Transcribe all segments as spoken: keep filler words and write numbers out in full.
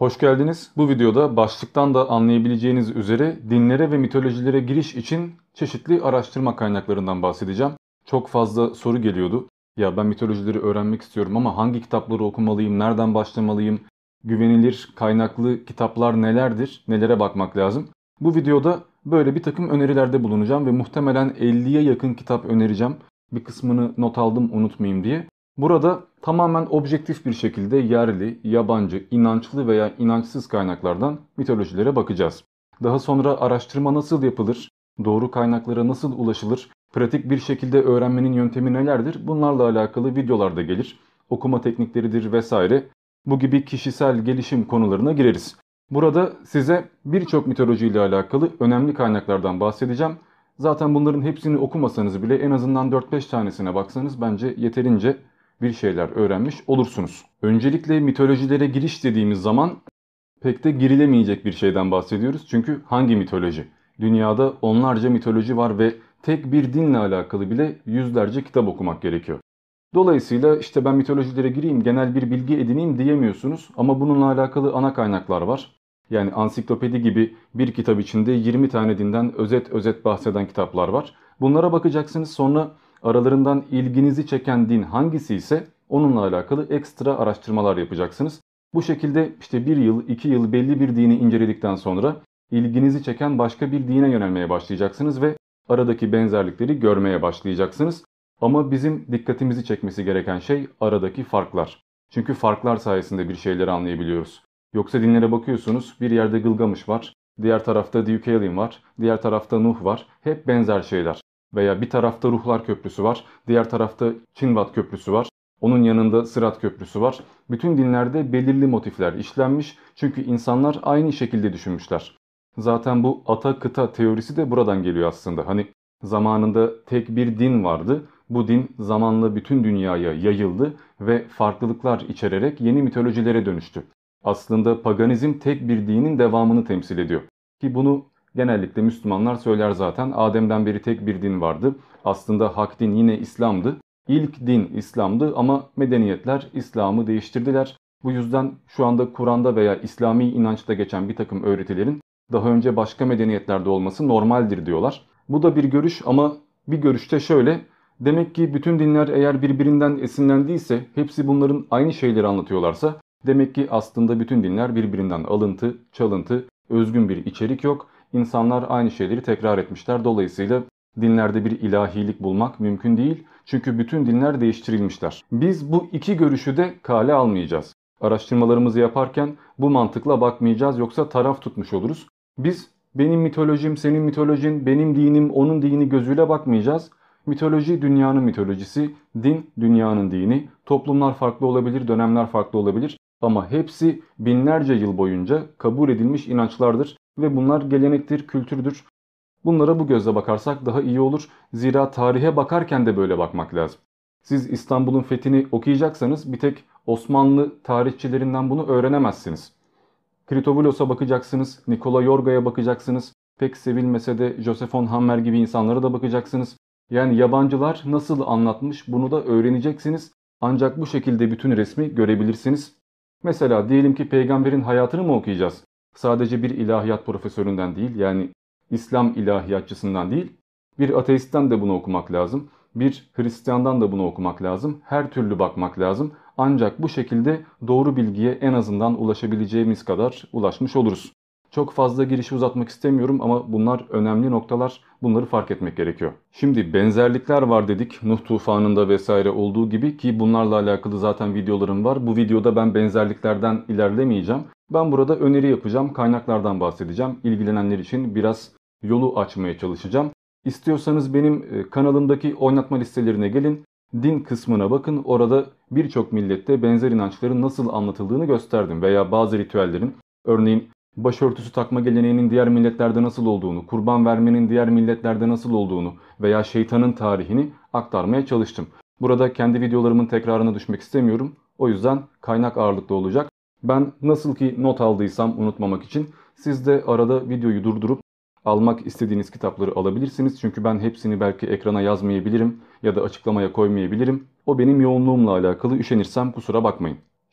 Hoş geldiniz. Bu videoda başlıktan da anlayabileceğiniz üzere dinlere ve mitolojilere giriş için çeşitli araştırma kaynaklarından bahsedeceğim. Çok fazla soru geliyordu. Ya ben mitolojileri öğrenmek istiyorum ama hangi kitapları okumalıyım, nereden başlamalıyım, güvenilir kaynaklı kitaplar nelerdir, nelere bakmak lazım. Bu videoda böyle bir takım önerilerde bulunacağım ve muhtemelen elliye yakın kitap önereceğim. Bir kısmını not aldım unutmayayım diye. Burada tamamen objektif bir şekilde yerli, yabancı, inançlı veya inançsız kaynaklardan mitolojilere bakacağız. Daha sonra araştırma nasıl yapılır, doğru kaynaklara nasıl ulaşılır, pratik bir şekilde öğrenmenin yöntemi nelerdir bunlarla alakalı videolar da gelir. Okuma teknikleridir vesaire. Bu gibi kişisel gelişim konularına gireriz. Burada size birçok mitoloji ile alakalı önemli kaynaklardan bahsedeceğim. Zaten bunların hepsini okumasanız bile en azından dört beş tanesine baksanız bence yeterince bir şeyler öğrenmiş olursunuz. Öncelikle mitolojilere giriş dediğimiz zaman pek de girilemeyecek bir şeyden bahsediyoruz. Çünkü hangi mitoloji? Dünyada onlarca mitoloji var ve tek bir dinle alakalı bile yüzlerce kitap okumak gerekiyor. Dolayısıyla işte ben mitolojilere gireyim, genel bir bilgi edineyim diyemiyorsunuz ama bununla alakalı ana kaynaklar var. Yani ansiklopedi gibi bir kitap içinde yirmi tane dinden özet özet bahseden kitaplar var. Bunlara bakacaksınız, sonra aralarından ilginizi çeken din hangisi ise onunla alakalı ekstra araştırmalar yapacaksınız. Bu şekilde işte bir yıl, iki yıl belli bir dini inceledikten sonra ilginizi çeken başka bir dine yönelmeye başlayacaksınız ve aradaki benzerlikleri görmeye başlayacaksınız. Ama bizim dikkatimizi çekmesi gereken şey aradaki farklar. Çünkü farklar sayesinde bir şeyleri anlayabiliyoruz. Yoksa dinlere bakıyorsunuz, bir yerde Gılgamış var, diğer tarafta Deucalion var, diğer tarafta Nuh var. Hep benzer şeyler. Veya bir tarafta Ruhlar Köprüsü var, diğer tarafta Çinvat Köprüsü var, onun yanında Sırat Köprüsü var. Bütün dinlerde belirli motifler işlenmiş çünkü insanlar aynı şekilde düşünmüşler. Zaten bu ata kıta teorisi de buradan geliyor aslında. Hani zamanında tek bir din vardı. Bu din zamanla bütün dünyaya yayıldı ve farklılıklar içererek yeni mitolojilere dönüştü. Aslında paganizm tek bir dinin devamını temsil ediyor. Ki bunu genellikle Müslümanlar söyler zaten. Adem'den beri tek bir din vardı. Aslında hak din yine İslam'dı. İlk din İslam'dı ama medeniyetler İslam'ı değiştirdiler. Bu yüzden şu anda Kur'an'da veya İslami inançta geçen bir takım öğretilerin daha önce başka medeniyetlerde olması normaldir diyorlar. Bu da bir görüş ama bir görüşte şöyle. Demek ki bütün dinler eğer birbirinden esinlendiyse, hepsi bunların aynı şeyleri anlatıyorlarsa, demek ki aslında bütün dinler birbirinden alıntı, çalıntı, özgün bir içerik yok. İnsanlar aynı şeyleri tekrar etmişler. Dolayısıyla dinlerde bir ilahilik bulmak mümkün değil. Çünkü bütün dinler değiştirilmişler. Biz bu iki görüşü de kale almayacağız. Araştırmalarımızı yaparken bu mantıkla bakmayacağız, yoksa taraf tutmuş oluruz. Biz benim mitolojim, senin mitolojin, benim dinim, onun dini gözüyle bakmayacağız. Mitoloji dünyanın mitolojisi, din dünyanın dini. Toplumlar farklı olabilir, dönemler farklı olabilir. Ama hepsi binlerce yıl boyunca kabul edilmiş inançlardır. Ve bunlar gelenektir, kültürdür. Bunlara bu gözle bakarsak daha iyi olur. Zira tarihe bakarken de böyle bakmak lazım. Siz İstanbul'un fethini okuyacaksanız bir tek Osmanlı tarihçilerinden bunu öğrenemezsiniz. Kritovoulos'a bakacaksınız, Nikola Yorga'ya bakacaksınız. Pek sevilmese de Joseph von Hammer gibi insanlara da bakacaksınız. Yani yabancılar nasıl anlatmış bunu da öğreneceksiniz. Ancak bu şekilde bütün resmi görebilirsiniz. Mesela diyelim ki peygamberin hayatını mı okuyacağız? Sadece bir ilahiyat profesöründen değil, yani İslam ilahiyatçısından değil, bir ateistten de bunu okumak lazım. Bir Hristiyandan da bunu okumak lazım. Her türlü bakmak lazım. Ancak bu şekilde doğru bilgiye en azından ulaşabileceğimiz kadar ulaşmış oluruz. Çok fazla girişi uzatmak istemiyorum ama bunlar önemli noktalar. Bunları fark etmek gerekiyor. Şimdi benzerlikler var dedik. Nuh tufanında vesaire olduğu gibi, ki bunlarla alakalı zaten videolarım var. Bu videoda ben benzerliklerden ilerlemeyeceğim. Ben burada öneri yapacağım. Kaynaklardan bahsedeceğim. İlgilenenler için biraz yolu açmaya çalışacağım. İstiyorsanız benim kanalımdaki oynatma listelerine gelin. Din kısmına bakın. Orada birçok millette benzer inançların nasıl anlatıldığını gösterdim. Veya bazı ritüellerin, örneğin başörtüsü takma geleneğinin diğer milletlerde nasıl olduğunu, kurban vermenin diğer milletlerde nasıl olduğunu veya şeytanın tarihini aktarmaya çalıştım. Burada kendi videolarımın tekrarına düşmek istemiyorum. O yüzden kaynak ağırlıklı olacak. Ben nasıl ki not aldıysam unutmamak için, siz de arada videoyu durdurup almak istediğiniz kitapları alabilirsiniz. Çünkü ben hepsini belki ekrana yazmayabilirim ya da açıklamaya koymayabilirim. O benim yoğunluğumla alakalı, üşenirsem kusura bakmayın.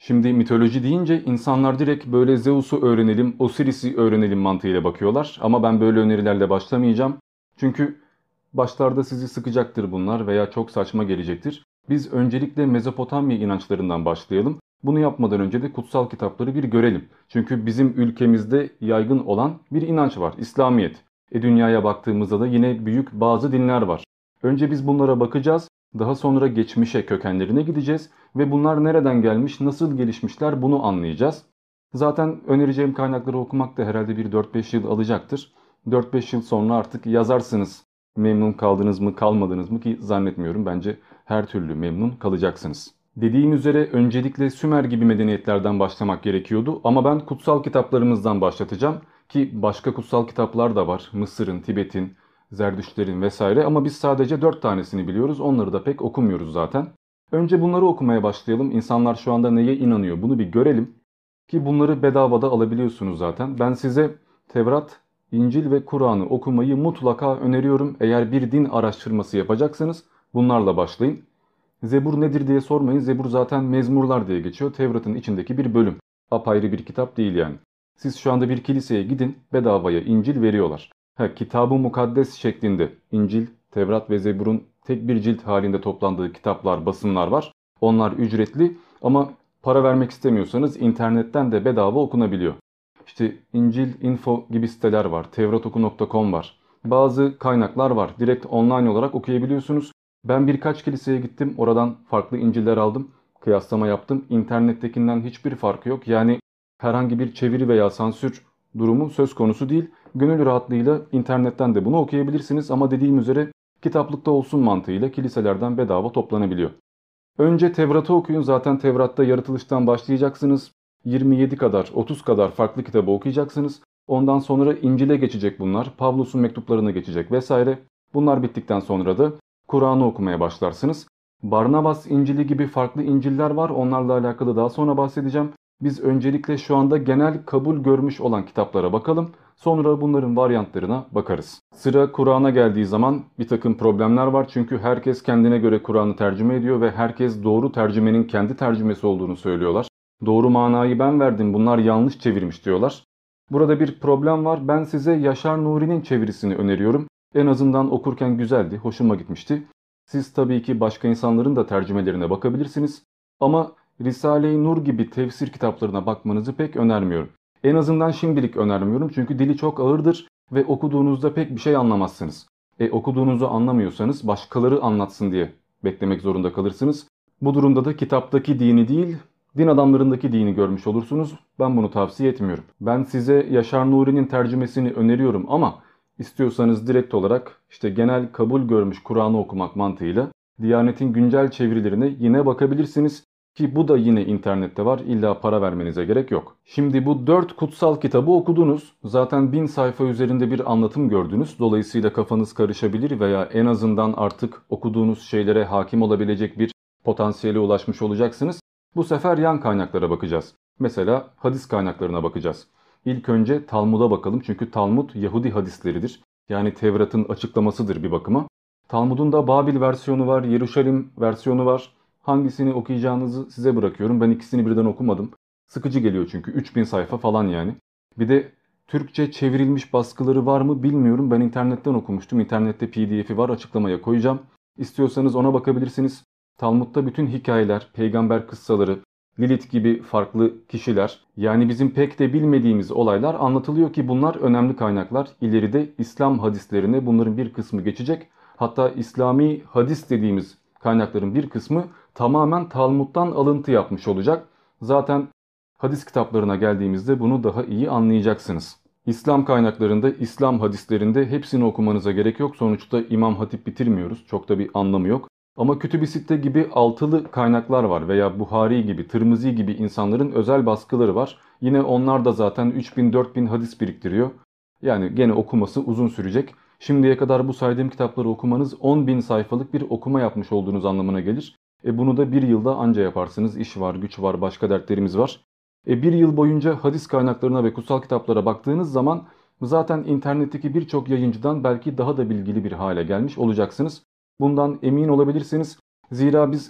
Şimdi mitoloji deyince insanlar direkt böyle Zeus'u öğrenelim, Osiris'i öğrenelim mantığıyla bakıyorlar. Ama ben böyle önerilerle başlamayacağım. Çünkü başlarda sizi sıkacaktır bunlar veya çok saçma gelecektir. Biz öncelikle Mezopotamya inançlarından başlayalım. Bunu yapmadan önce de kutsal kitapları bir görelim. Çünkü bizim ülkemizde yaygın olan bir inanç var, İslamiyet. E dünyaya baktığımızda da yine büyük bazı dinler var. Önce biz bunlara bakacağız. Daha sonra geçmişe, kökenlerine gideceğiz ve bunlar nereden gelmiş, nasıl gelişmişler bunu anlayacağız. Zaten önereceğim kaynakları okumak da herhalde bir dört beş yıl alacaktır. dört beş yıl sonra artık yazarsınız. Memnun kaldınız mı, kalmadınız mı ki zannetmiyorum. Bence her türlü memnun kalacaksınız. Dediğim üzere öncelikle Sümer gibi medeniyetlerden başlamak gerekiyordu ama ben kutsal kitaplarımızdan başlatacağım ki başka kutsal kitaplar da var. Mısır'ın, Tibet'in, Zerdüştlerin vesaire ama biz sadece dört tanesini biliyoruz. Onları da pek okumuyoruz zaten. Önce bunları okumaya başlayalım. İnsanlar şu anda neye inanıyor bunu bir görelim. Ki bunları bedavada alabiliyorsunuz zaten. Ben size Tevrat, İncil ve Kur'an'ı okumayı mutlaka öneriyorum. Eğer bir din araştırması yapacaksanız bunlarla başlayın. Zebur nedir diye sormayın. Zebur zaten mezmurlar diye geçiyor. Tevrat'ın içindeki bir bölüm. Apayrı bir kitap değil yani. Siz şu anda bir kiliseye gidin, bedavaya İncil veriyorlar. Ha, Kitab-ı Mukaddes şeklinde İncil, Tevrat ve Zebur'un tek bir cilt halinde toplandığı kitaplar, basımlar var. Onlar ücretli ama para vermek istemiyorsanız internetten de bedava okunabiliyor. İşte İncil Info gibi siteler var, tevratoku nokta com var. Bazı kaynaklar var. Direkt online olarak okuyabiliyorsunuz. Ben birkaç kiliseye gittim. Oradan farklı İncil'ler aldım. Kıyaslama yaptım. İnternettekinden hiçbir farkı yok. Yani herhangi bir çeviri veya sansür durumu söz konusu değil. Gönül rahatlığıyla internetten de bunu okuyabilirsiniz ama dediğim üzere kitaplıkta olsun mantığıyla kiliselerden bedava toplanabiliyor. Önce Tevrat'ı okuyun. Zaten Tevrat'ta yaratılıştan başlayacaksınız. yirmi yedi kadar, otuz kadar farklı kitabı okuyacaksınız. Ondan sonra İncil'e geçecek bunlar. Pavlus'un mektuplarına geçecek vesaire. Bunlar bittikten sonra da Kur'an'ı okumaya başlarsınız. Barnabas İncil'i gibi farklı İncil'ler var. Onlarla alakalı daha sonra bahsedeceğim. Biz öncelikle şu anda genel kabul görmüş olan kitaplara bakalım. Sonra bunların varyantlarına bakarız. Sıra Kur'an'a geldiği zaman bir takım problemler var. Çünkü herkes kendine göre Kur'an'ı tercüme ediyor ve herkes doğru tercümenin kendi tercümesi olduğunu söylüyorlar. Doğru manayı ben verdim, bunlar yanlış çevirmiş diyorlar. Burada bir problem var. Ben size Yaşar Nuri'nin çevirisini öneriyorum. En azından okurken güzeldi, hoşuma gitmişti. Siz tabii ki başka insanların da tercümelerine bakabilirsiniz. Ama Risale-i Nur gibi tefsir kitaplarına bakmanızı pek önermiyorum. En azından şimdilik önermiyorum çünkü dili çok ağırdır ve okuduğunuzda pek bir şey anlamazsınız. E okuduğunuzu anlamıyorsanız başkaları anlatsın diye beklemek zorunda kalırsınız. Bu durumda da kitaptaki dini değil, din adamlarındaki dini görmüş olursunuz. Ben bunu tavsiye etmiyorum. Ben size Yaşar Nuri'nin tercümesini öneriyorum ama istiyorsanız direkt olarak işte genel kabul görmüş Kur'an'ı okumak mantığıyla Diyanet'in güncel çevirilerine yine bakabilirsiniz. Ki bu da yine internette var. İlla para vermenize gerek yok. Şimdi bu dört kutsal kitabı okudunuz. Zaten bin sayfa üzerinde bir anlatım gördünüz. Dolayısıyla kafanız karışabilir veya en azından artık okuduğunuz şeylere hakim olabilecek bir potansiyele ulaşmış olacaksınız. Bu sefer yan kaynaklara bakacağız. Mesela hadis kaynaklarına bakacağız. İlk önce Talmud'a bakalım çünkü Talmud Yahudi hadisleridir. Yani Tevrat'ın açıklamasıdır bir bakıma. Talmud'un da Babil versiyonu var, Yeruşalim versiyonu var. Hangisini okuyacağınızı size bırakıyorum. Ben ikisini birden okumadım. Sıkıcı geliyor çünkü üç bin sayfa falan yani. Bir de Türkçe çevrilmiş baskıları var mı bilmiyorum. Ben internetten okumuştum. İnternette P D F'i var, açıklamaya koyacağım. İstiyorsanız ona bakabilirsiniz. Talmud'da bütün hikayeler, peygamber kıssaları, Lilith gibi farklı kişiler, yani bizim pek de bilmediğimiz olaylar anlatılıyor ki bunlar önemli kaynaklar. İleride İslam hadislerine bunların bir kısmı geçecek. Hatta İslami hadis dediğimiz kaynakların bir kısmı tamamen Talmud'dan alıntı yapmış olacak. Zaten hadis kitaplarına geldiğimizde bunu daha iyi anlayacaksınız. İslam kaynaklarında, İslam hadislerinde hepsini okumanıza gerek yok. Sonuçta İmam Hatip bitirmiyoruz. Çok da bir anlamı yok. Ama Kütüb-i Sitte gibi altılı kaynaklar var veya Buhari gibi, Tirmizi gibi insanların özel baskıları var. Yine onlar da zaten üç bin dört bin hadis biriktiriyor. Yani gene okuması uzun sürecek. Şimdiye kadar bu saydığım kitapları okumanız on bin sayfalık bir okuma yapmış olduğunuz anlamına gelir. E bunu da bir yılda anca yaparsınız. İş var, güç var, başka dertlerimiz var. E bir yıl boyunca hadis kaynaklarına ve kutsal kitaplara baktığınız zaman zaten internetteki birçok yayıncıdan belki daha da bilgili bir hale gelmiş olacaksınız. Bundan emin olabilirsiniz. Zira biz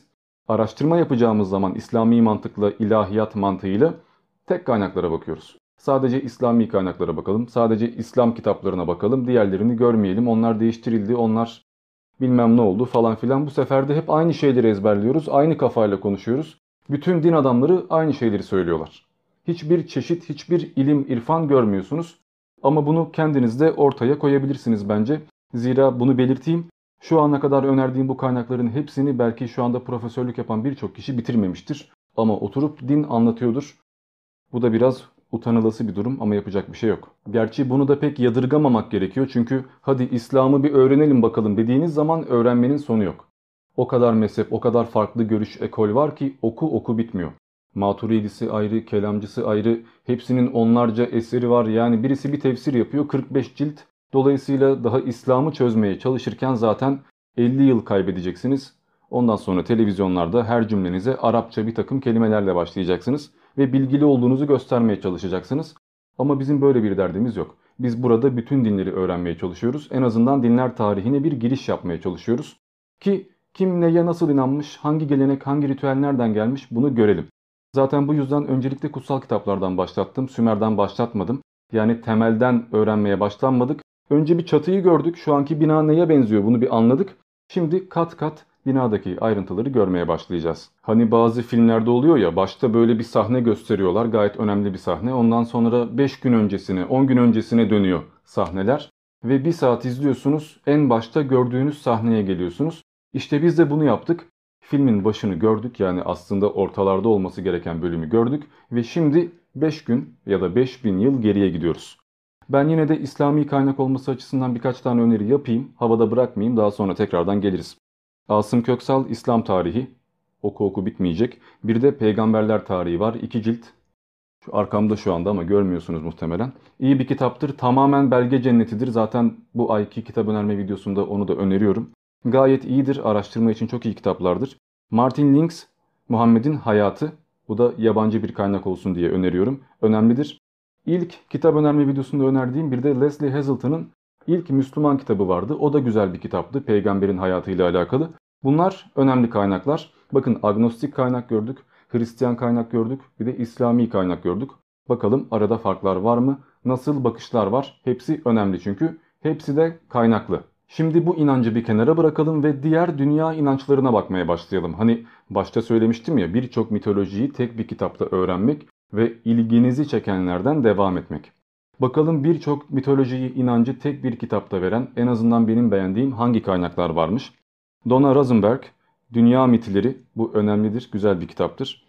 Araştırma yapacağımız zaman İslami mantıkla, ilahiyat mantığıyla tek kaynaklara bakıyoruz. Sadece İslami kaynaklara bakalım, sadece İslam kitaplarına bakalım, diğerlerini görmeyelim. Onlar değiştirildi, onlar bilmem ne oldu falan filan. Bu sefer de hep aynı şeyleri ezberliyoruz, aynı kafayla konuşuyoruz. Bütün din adamları aynı şeyleri söylüyorlar. Hiçbir çeşit, hiçbir ilim, irfan görmüyorsunuz. Ama bunu kendiniz de ortaya koyabilirsiniz bence. Zira bunu belirteyim. Şu ana kadar önerdiğim bu kaynakların hepsini belki şu anda profesörlük yapan birçok kişi bitirmemiştir. Ama oturup din anlatıyordur. Bu da biraz utanılası bir durum ama yapacak bir şey yok. Gerçi bunu da pek yadırgamamak gerekiyor. Çünkü hadi İslam'ı bir öğrenelim bakalım dediğiniz zaman öğrenmenin sonu yok. O kadar mezhep, o kadar farklı görüş, ekol var ki oku oku bitmiyor. Maturidisi ayrı, kelamcısı ayrı, hepsinin onlarca eseri var. Yani birisi bir tefsir yapıyor, kırk beş cilt. Dolayısıyla daha İslam'ı çözmeye çalışırken zaten elli yıl kaybedeceksiniz. Ondan sonra televizyonlarda her cümlenize Arapça bir takım kelimelerle başlayacaksınız ve bilgili olduğunuzu göstermeye çalışacaksınız. Ama bizim böyle bir derdimiz yok. Biz burada bütün dinleri öğrenmeye çalışıyoruz. En azından dinler tarihine bir giriş yapmaya çalışıyoruz. Ki kim neye nasıl inanmış, hangi gelenek, hangi ritüel nereden gelmiş bunu görelim. Zaten bu yüzden öncelikle kutsal kitaplardan başlattım, Sümer'den başlatmadım. Yani temelden öğrenmeye başlanmadık. Önce bir çatıyı gördük, şu anki bina neye benziyor bunu bir anladık. Şimdi kat kat binadaki ayrıntıları görmeye başlayacağız. Hani bazı filmlerde oluyor ya, başta böyle bir sahne gösteriyorlar, gayet önemli bir sahne. Ondan sonra beş gün öncesine, on gün öncesine dönüyor sahneler. Ve bir saat izliyorsunuz, en başta gördüğünüz sahneye geliyorsunuz. İşte biz de bunu yaptık. Filmin başını gördük, yani aslında ortalarda olması gereken bölümü gördük. Ve şimdi beş gün ya da beş bin yıl geriye gidiyoruz. Ben yine de İslami kaynak olması açısından birkaç tane öneri yapayım. Havada bırakmayayım, daha sonra tekrardan geliriz. Asım Köksal İslam Tarihi. Oku oku bitmeyecek. Bir de Peygamberler Tarihi var. iki cilt. Şu arkamda şu anda ama görmüyorsunuz muhtemelen. İyi bir kitaptır. Tamamen belge cennetidir. Zaten bu ayki kitap önerme videosunda onu da öneriyorum. Gayet iyidir. Araştırma için çok iyi kitaplardır. Martin Links, Muhammed'in Hayatı. Bu da yabancı bir kaynak olsun diye öneriyorum. Önemlidir. İlk kitap önerme videosunda önerdiğim bir de Leslie Hazelton'ın ilk Müslüman kitabı vardı. O da güzel bir kitaptı. Peygamberin hayatıyla alakalı. Bunlar önemli kaynaklar. Bakın agnostik kaynak gördük, Hristiyan kaynak gördük, bir de İslami kaynak gördük. Bakalım arada farklar var mı? Nasıl bakışlar var? Hepsi önemli çünkü. Hepsi de kaynaklı. Şimdi bu inancı bir kenara bırakalım ve diğer dünya inançlarına bakmaya başlayalım. Hani başta söylemiştim ya, birçok mitolojiyi tek bir kitapta öğrenmek ve ilginizi çekenlerden devam etmek. Bakalım birçok mitolojiyi, inancı tek bir kitapta veren, en azından benim beğendiğim hangi kaynaklar varmış? Donna Rosenberg, Dünya Mitleri. Bu önemlidir, güzel bir kitaptır.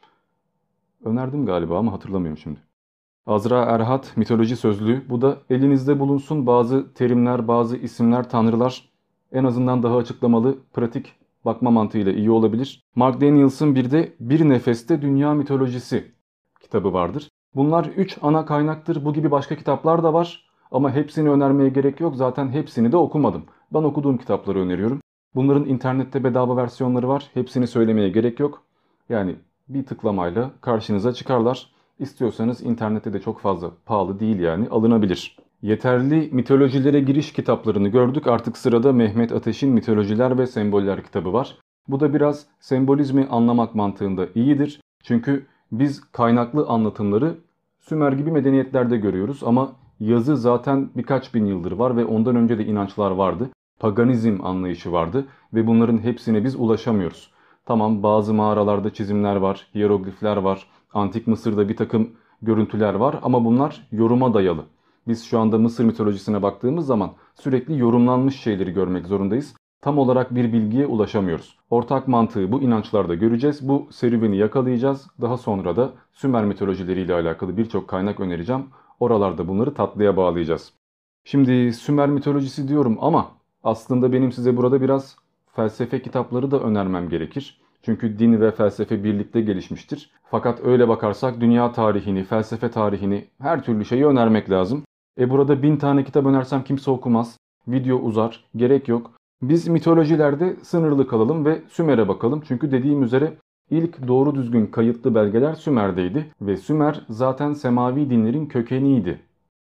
Önerdim galiba ama hatırlamıyorum şimdi. Azra Erhat, Mitoloji Sözlüğü. Bu da elinizde bulunsun, bazı terimler, bazı isimler, tanrılar en azından daha açıklamalı, pratik bakma mantığıyla iyi olabilir. Mark Daniels'ın bir de Bir Nefeste Dünya Mitolojisi kitabı vardır. Bunlar üç ana kaynaktır. Bu gibi başka kitaplar da var ama hepsini önermeye gerek yok. Zaten hepsini de okumadım. Ben okuduğum kitapları öneriyorum. Bunların internette bedava versiyonları var. Hepsini söylemeye gerek yok. Yani bir tıklamayla karşınıza çıkarlar. İstiyorsanız internette de çok fazla pahalı değil, yani alınabilir. Yeterli mitolojilere giriş kitaplarını gördük. Artık sırada Mehmet Ateş'in Mitolojiler ve Semboller kitabı var. Bu da biraz sembolizmi anlamak mantığında iyidir. Çünkü biz kaynaklı anlatımları Sümer gibi medeniyetlerde görüyoruz ama yazı zaten birkaç bin yıldır var ve ondan önce de inançlar vardı. Paganizm anlayışı vardı ve bunların hepsine biz ulaşamıyoruz. Tamam, bazı mağaralarda çizimler var, hiyeroglifler var, Antik Mısır'da bir takım görüntüler var ama bunlar yoruma dayalı. Biz şu anda Mısır mitolojisine baktığımız zaman sürekli yorumlanmış şeyleri görmek zorundayız. Tam olarak bir bilgiye ulaşamıyoruz. Ortak mantığı bu inançlarda göreceğiz. Bu serüveni yakalayacağız. Daha sonra da Sümer mitolojileriyle alakalı birçok kaynak önereceğim. Oralarda bunları tatlıya bağlayacağız. Şimdi Sümer mitolojisi diyorum ama aslında benim size burada biraz felsefe kitapları da önermem gerekir. Çünkü din ve felsefe birlikte gelişmiştir. Fakat öyle bakarsak dünya tarihini, felsefe tarihini, her türlü şeyi önermek lazım. E burada bin tane kitap önersem kimse okumaz. Video uzar, gerek yok. Biz mitolojilerde sınırlı kalalım ve Sümer'e bakalım. Çünkü dediğim üzere ilk doğru düzgün kayıtlı belgeler Sümer'deydi. Ve Sümer zaten semavi dinlerin kökeniydi.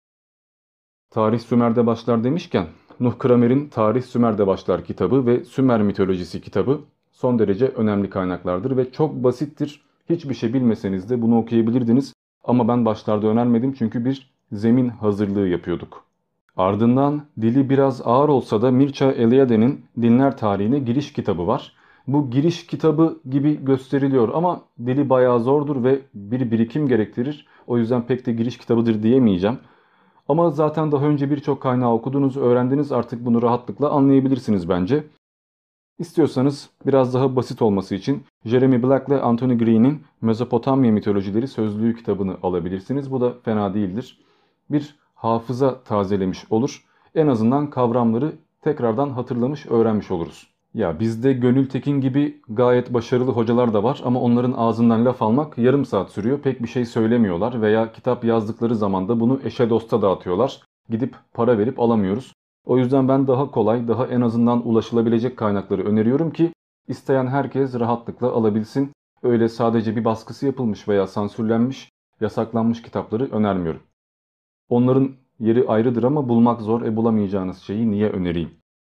Tarih Sümer'de başlar demişken Nuh Kramer'in Tarih Sümer'de başlar kitabı ve Sümer mitolojisi kitabı son derece önemli kaynaklardır ve çok basittir. Hiçbir şey bilmeseniz de bunu okuyabilirdiniz ama ben başlarda önermedim çünkü bir zemin hazırlığı yapıyorduk. Ardından dili biraz ağır olsa da Mircea Eliade'nin Dinler Tarihine Giriş kitabı var. Bu giriş kitabı gibi gösteriliyor ama dili bayağı zordur ve bir birikim gerektirir. O yüzden pek de giriş kitabıdır diyemeyeceğim. Ama zaten daha önce birçok kaynağı okudunuz, öğrendiniz, artık bunu rahatlıkla anlayabilirsiniz bence. İstiyorsanız biraz daha basit olması için Jeremy Black ile Anthony Green'in Mezopotamya Mitolojileri Sözlüğü kitabını alabilirsiniz. Bu da fena değildir. Bir hafıza tazelemiş olur. En azından kavramları tekrardan hatırlamış, öğrenmiş oluruz. Ya bizde Gönül Tekin gibi gayet başarılı hocalar da var ama onların ağzından laf almak yarım saat sürüyor. Pek bir şey söylemiyorlar veya kitap yazdıkları zaman da bunu eşe dosta dağıtıyorlar. Gidip para verip alamıyoruz. O yüzden ben daha kolay, daha en azından ulaşılabilecek kaynakları öneriyorum ki isteyen herkes rahatlıkla alabilsin. Öyle sadece bir baskısı yapılmış veya sansürlenmiş, yasaklanmış kitapları önermiyorum. Onların yeri ayrıdır ama bulmak zor, e bulamayacağınız şeyi niye önereyim?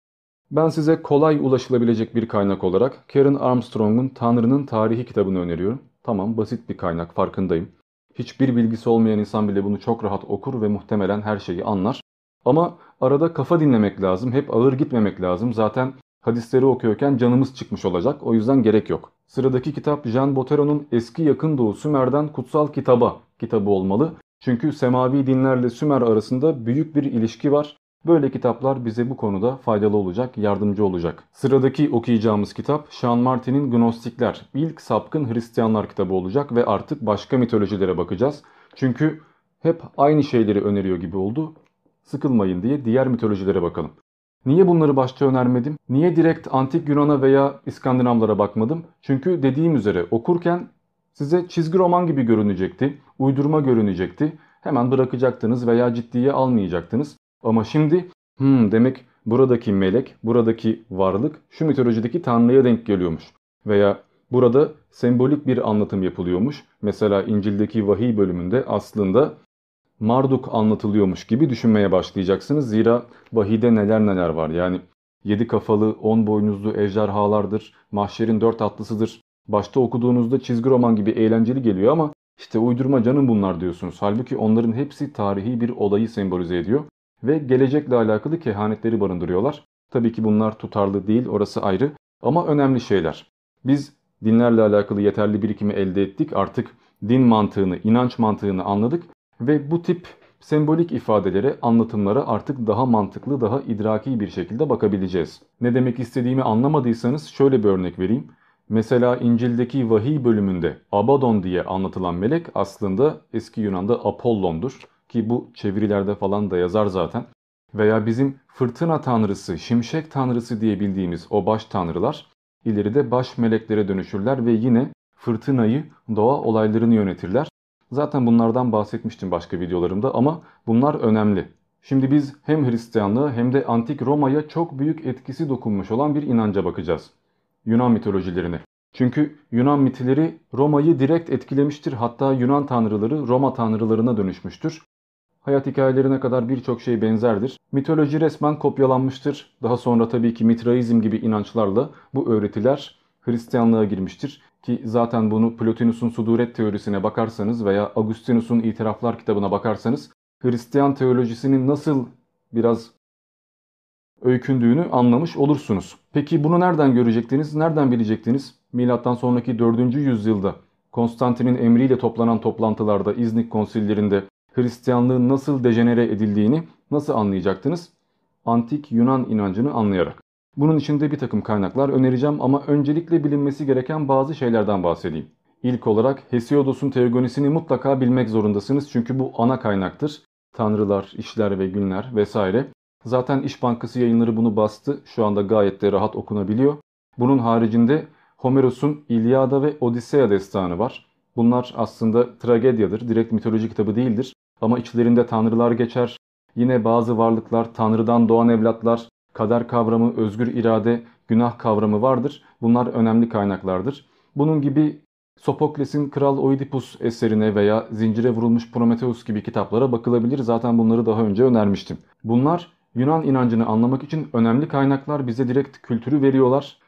Ben size kolay ulaşılabilecek bir kaynak olarak Karen Armstrong'un Tanrı'nın Tarihi kitabını öneriyorum. Tamam, basit bir kaynak, farkındayım. Hiçbir bilgisi olmayan insan bile bunu çok rahat okur ve muhtemelen her şeyi anlar. Ama arada kafa dinlemek lazım, hep ağır gitmemek lazım. Zaten hadisleri okuyorken canımız çıkmış olacak, o yüzden gerek yok. Sıradaki kitap Jean Bottero'nun Eski Yakın Doğu Sümer'den Kutsal Kitaba kitabı olmalı. Çünkü semavi dinlerle Sümer arasında büyük bir ilişki var. Böyle kitaplar bize bu konuda faydalı olacak, yardımcı olacak. Sıradaki okuyacağımız kitap Sean Martin'in Gnostikler, İlk Sapkın Hristiyanlar kitabı olacak ve artık başka mitolojilere bakacağız. Çünkü hep aynı şeyleri öneriyor gibi oldu. Sıkılmayın diye diğer mitolojilere bakalım. Niye bunları başta önermedim? Niye direkt Antik Yunan'a veya İskandinavlara bakmadım? Çünkü dediğim üzere okurken size çizgi roman gibi görünecekti, uydurma görünecekti. Hemen bırakacaktınız veya ciddiye almayacaktınız. Ama şimdi hmm, demek buradaki melek, buradaki varlık şu mitolojideki tanrıya denk geliyormuş. Veya burada sembolik bir anlatım yapılıyormuş. Mesela İncil'deki vahiy bölümünde aslında Marduk anlatılıyormuş gibi düşünmeye başlayacaksınız. Zira vahide neler neler var. Yani yedi kafalı, on boynuzlu ejderhalardır, mahşerin dört atlısıdır. Başta okuduğunuzda çizgi roman gibi eğlenceli geliyor ama işte uydurma canım bunlar diyorsunuz. Halbuki onların hepsi tarihi bir olayı sembolize ediyor ve gelecekle alakalı kehanetleri barındırıyorlar. Tabii ki bunlar tutarlı değil, orası ayrı ama önemli şeyler. Biz dinlerle alakalı yeterli birikimi elde ettik. Artık din mantığını, inanç mantığını anladık. Ve bu tip sembolik ifadelere, anlatımlara artık daha mantıklı, daha idraki bir şekilde bakabileceğiz. Ne demek istediğimi anlamadıysanız şöyle bir örnek vereyim. Mesela İncil'deki vahiy bölümünde Abaddon diye anlatılan melek aslında eski Yunan'da Apollon'dur. Ki bu çevirilerde falan da yazar zaten. Veya bizim fırtına tanrısı, şimşek tanrısı diye bildiğimiz o baş tanrılar ileride baş meleklere dönüşürler ve yine fırtınayı, doğa olaylarını yönetirler. Zaten bunlardan bahsetmiştim başka videolarımda ama bunlar önemli. Şimdi biz hem Hristiyanlığa hem de Antik Roma'ya çok büyük etkisi dokunmuş olan bir inanca bakacağız. Yunan mitolojilerine. Çünkü Yunan mitleri Roma'yı direkt etkilemiştir. Hatta Yunan tanrıları Roma tanrılarına dönüşmüştür. Hayat hikayelerine kadar birçok şey benzerdir. Mitoloji resmen kopyalanmıştır. Daha sonra tabii ki Mitraizm gibi inançlarla bu öğretiler Hristiyanlığa girmiştir. Ki zaten bunu Plotinus'un suduret teorisine bakarsanız veya Augustinus'un itiraflar kitabına bakarsanız Hristiyan teolojisinin nasıl biraz öykündüğünü anlamış olursunuz. Peki bunu nereden görecektiniz, nereden bilecektiniz? Milattan sonraki dördüncü yüzyılda Konstantin'in emriyle toplanan toplantılarda, İznik konsillerinde Hristiyanlığın nasıl dejenere edildiğini nasıl anlayacaktınız? Antik Yunan inancını anlayarak. Bunun için de bir takım kaynaklar önereceğim ama öncelikle bilinmesi gereken bazı şeylerden bahsedeyim. İlk olarak Hesiodos'un Teogonisini mutlaka bilmek zorundasınız çünkü bu ana kaynaktır. Tanrılar, işler ve günler vesaire. Zaten İş Bankası yayınları bunu bastı. Şu anda gayet de rahat okunabiliyor. Bunun haricinde Homeros'un İlyada ve Odisea destanı var. Bunlar aslında tragedyadır, direkt mitoloji kitabı değildir. Ama içlerinde tanrılar geçer. Yine bazı varlıklar, tanrıdan doğan evlatlar, kader kavramı, özgür irade, günah kavramı vardır. Bunlar önemli kaynaklardır. Bunun gibi Sofokles'in Kral Oidipus eserine veya Zincire Vurulmuş Prometheus gibi kitaplara bakılabilir. Zaten bunları daha önce önermiştim. Bunlar Yunan inancını anlamak için önemli kaynaklar, bize direkt kültürü veriyorlar.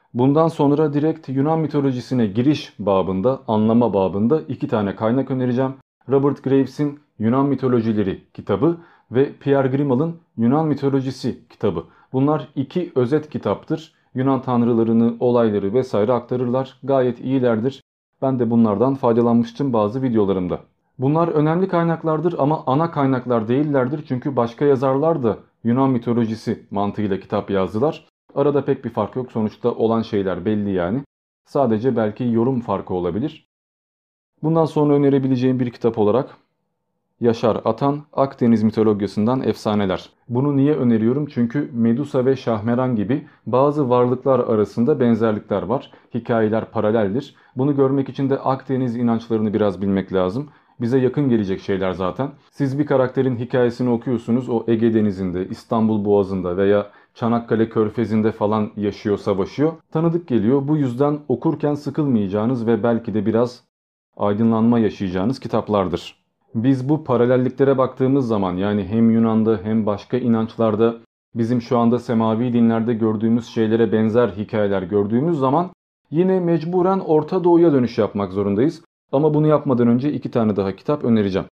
Bundan sonra direkt Yunan mitolojisine giriş babında, anlama babında iki tane kaynak önereceğim. Robert Graves'in Yunan Mitolojileri kitabı ve Pierre Grimal'ın Yunan Mitolojisi kitabı. Bunlar iki özet kitaptır. Yunan tanrılarını, olayları vesaire aktarırlar. Gayet iyilerdir. Ben de bunlardan faydalanmıştım bazı videolarımda. Bunlar önemli kaynaklardır ama ana kaynaklar değillerdir. Çünkü başka yazarlar da Yunan mitolojisi mantığıyla kitap yazdılar. Arada pek bir fark yok. Sonuçta olan şeyler belli yani. Sadece belki yorum farkı olabilir. Bundan sonra önerebileceğim bir kitap olarak Yaşar Atan, Akdeniz mitolojisinden efsaneler. Bunu niye öneriyorum? Çünkü Medusa ve Şahmeran gibi bazı varlıklar arasında benzerlikler var. Hikayeler paraleldir. Bunu görmek için de Akdeniz inançlarını biraz bilmek lazım. Bize yakın gelecek şeyler zaten. Siz bir karakterin hikayesini okuyorsunuz. O Ege Denizi'nde, İstanbul Boğazı'nda veya Çanakkale Körfezi'nde falan yaşıyor, savaşıyor. Tanıdık geliyor. Bu yüzden okurken sıkılmayacağınız ve belki de biraz aydınlanma yaşayacağınız kitaplardır. Biz bu paralelliklere baktığımız zaman, yani hem Yunan'da hem başka inançlarda bizim şu anda semavi dinlerde gördüğümüz şeylere benzer hikayeler gördüğümüz zaman yine mecburen Orta Doğu'ya dönüş yapmak zorundayız. Ama bunu yapmadan önce iki tane daha kitap önereceğim.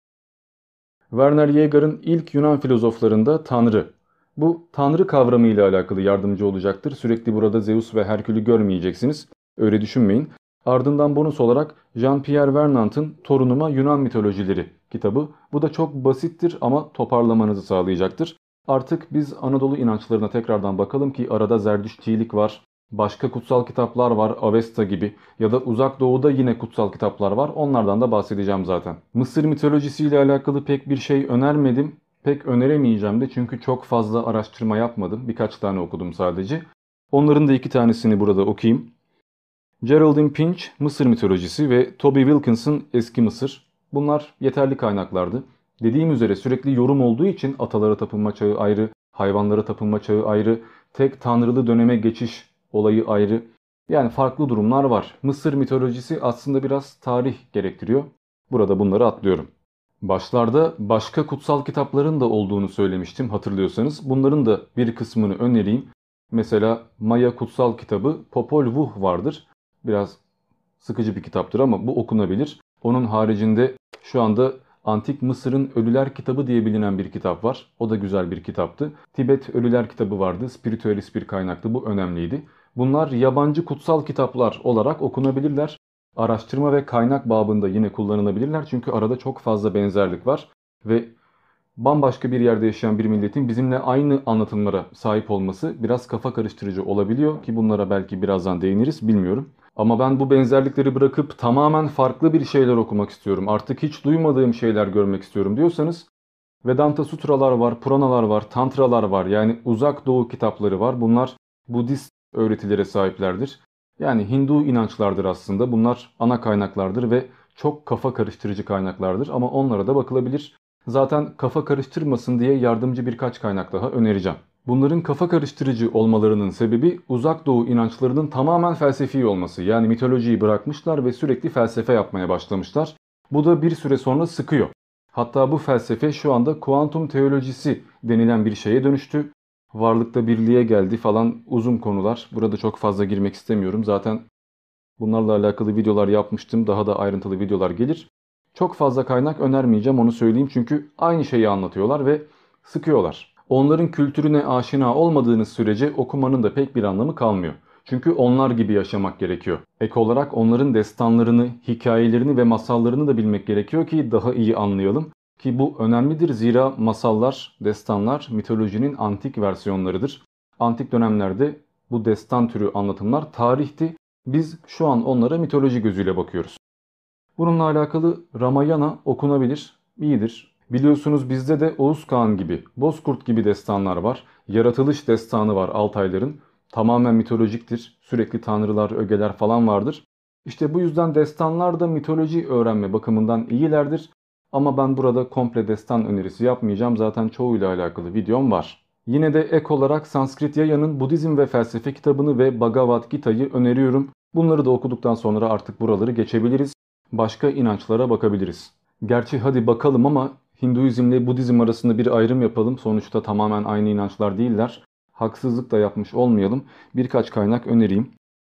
Werner Jaeger'ın ilk Yunan filozoflarında Tanrı. Bu Tanrı kavramı ile alakalı yardımcı olacaktır. Sürekli burada Zeus ve Herkül'ü görmeyeceksiniz. Öyle düşünmeyin. Ardından bonus olarak Jean-Pierre Vernant'ın Torunuma Yunan Mitolojileri kitabı. Bu da çok basittir ama toparlamanızı sağlayacaktır. Artık biz Anadolu inançlarına tekrardan bakalım ki arada Zerdüştilik var, başka kutsal kitaplar var, Avesta gibi, ya da Uzak Doğu'da yine kutsal kitaplar var. Onlardan da bahsedeceğim zaten. Mısır mitolojisiyle alakalı pek bir şey önermedim. Pek öneremeyeceğim de çünkü çok fazla araştırma yapmadım. Birkaç tane okudum sadece. Onların da iki tanesini burada okuyayım. Geraldine Pinch, Mısır mitolojisi ve Toby Wilkins'ın Eski Mısır. Bunlar yeterli kaynaklardı. Dediğim üzere sürekli yorum olduğu için atalara tapınma çağı ayrı, hayvanlara tapınma çağı ayrı, tek tanrılı döneme geçiş olayı ayrı. Yani farklı durumlar var. Mısır mitolojisi aslında biraz tarih gerektiriyor. Burada bunları atlıyorum. Başlarda başka kutsal kitapların da olduğunu söylemiştim hatırlıyorsanız. Bunların da bir kısmını önereyim. Mesela Maya kutsal kitabı Popol Vuh vardır. Biraz sıkıcı bir kitaptır ama bu okunabilir. Onun haricinde şu anda Antik Mısır'ın Ölüler Kitabı diye bilinen bir kitap var. O da güzel bir kitaptı. Tibet Ölüler Kitabı vardı. Spiritüelist bir kaynaktı. Bu önemliydi. Bunlar yabancı kutsal kitaplar olarak okunabilirler. Araştırma ve kaynak babında yine kullanılabilirler. Çünkü arada çok fazla benzerlik var. Ve bambaşka bir yerde yaşayan bir milletin bizimle aynı anlatımlara sahip olması biraz kafa karıştırıcı olabiliyor. Ki bunlara belki birazdan değiniriz, bilmiyorum. Ama ben bu benzerlikleri bırakıp tamamen farklı bir şeyler okumak istiyorum, artık hiç duymadığım şeyler görmek istiyorum diyorsanız Vedanta Sutralar var, Puranalar var, Tantralar var, yani uzak doğu kitapları var. Bunlar Budist öğretilere sahiplerdir. Yani Hindu inançlardır aslında. Bunlar ana kaynaklardır ve çok kafa karıştırıcı kaynaklardır ama onlara da bakılabilir. Zaten kafa karıştırmasın diye yardımcı birkaç kaynak daha önereceğim. Bunların kafa karıştırıcı olmalarının sebebi uzak doğu inançlarının tamamen felsefi olması. Yani mitolojiyi bırakmışlar ve sürekli felsefe yapmaya başlamışlar. Bu da bir süre sonra sıkıyor. Hatta bu felsefe şu anda kuantum teolojisi denilen bir şeye dönüştü. Varlıkta birliğe geldi falan, uzun konular. Burada çok fazla girmek istemiyorum. Zaten bunlarla alakalı videolar yapmıştım. Daha da ayrıntılı videolar gelir. Çok fazla kaynak önermeyeceğim, onu söyleyeyim. Çünkü aynı şeyi anlatıyorlar ve sıkıyorlar. Onların kültürüne aşina olmadığınız sürece okumanın da pek bir anlamı kalmıyor. Çünkü onlar gibi yaşamak gerekiyor. Ek olarak onların destanlarını, hikayelerini ve masallarını da bilmek gerekiyor ki daha iyi anlayalım. Ki bu önemlidir, zira masallar, destanlar mitolojinin antik versiyonlarıdır. Antik dönemlerde bu destan türü anlatımlar tarihti. Biz şu an onlara mitoloji gözüyle bakıyoruz. Bununla alakalı Ramayana okunabilir, iyidir. Biliyorsunuz bizde de Oğuz Kağan gibi, Bozkurt gibi destanlar var. Yaratılış destanı var Altayların. Tamamen mitolojiktir. Sürekli tanrılar, ögeler falan vardır. İşte bu yüzden destanlar da mitoloji öğrenme bakımından iyilerdir. Ama ben burada komple destan önerisi yapmayacağım. Zaten çoğuyla alakalı videom var. Yine de ek olarak Sanskrit Yaya'nın Budizm ve Felsefe kitabını ve Bhagavad Gita'yı öneriyorum. Bunları da okuduktan sonra artık buraları geçebiliriz. Başka inançlara bakabiliriz. Gerçi hadi bakalım ama Hinduizm ile Budizm arasında bir ayrım yapalım. Sonuçta tamamen aynı inançlar değiller. Haksızlık da yapmış olmayalım. Birkaç kaynak önereyim.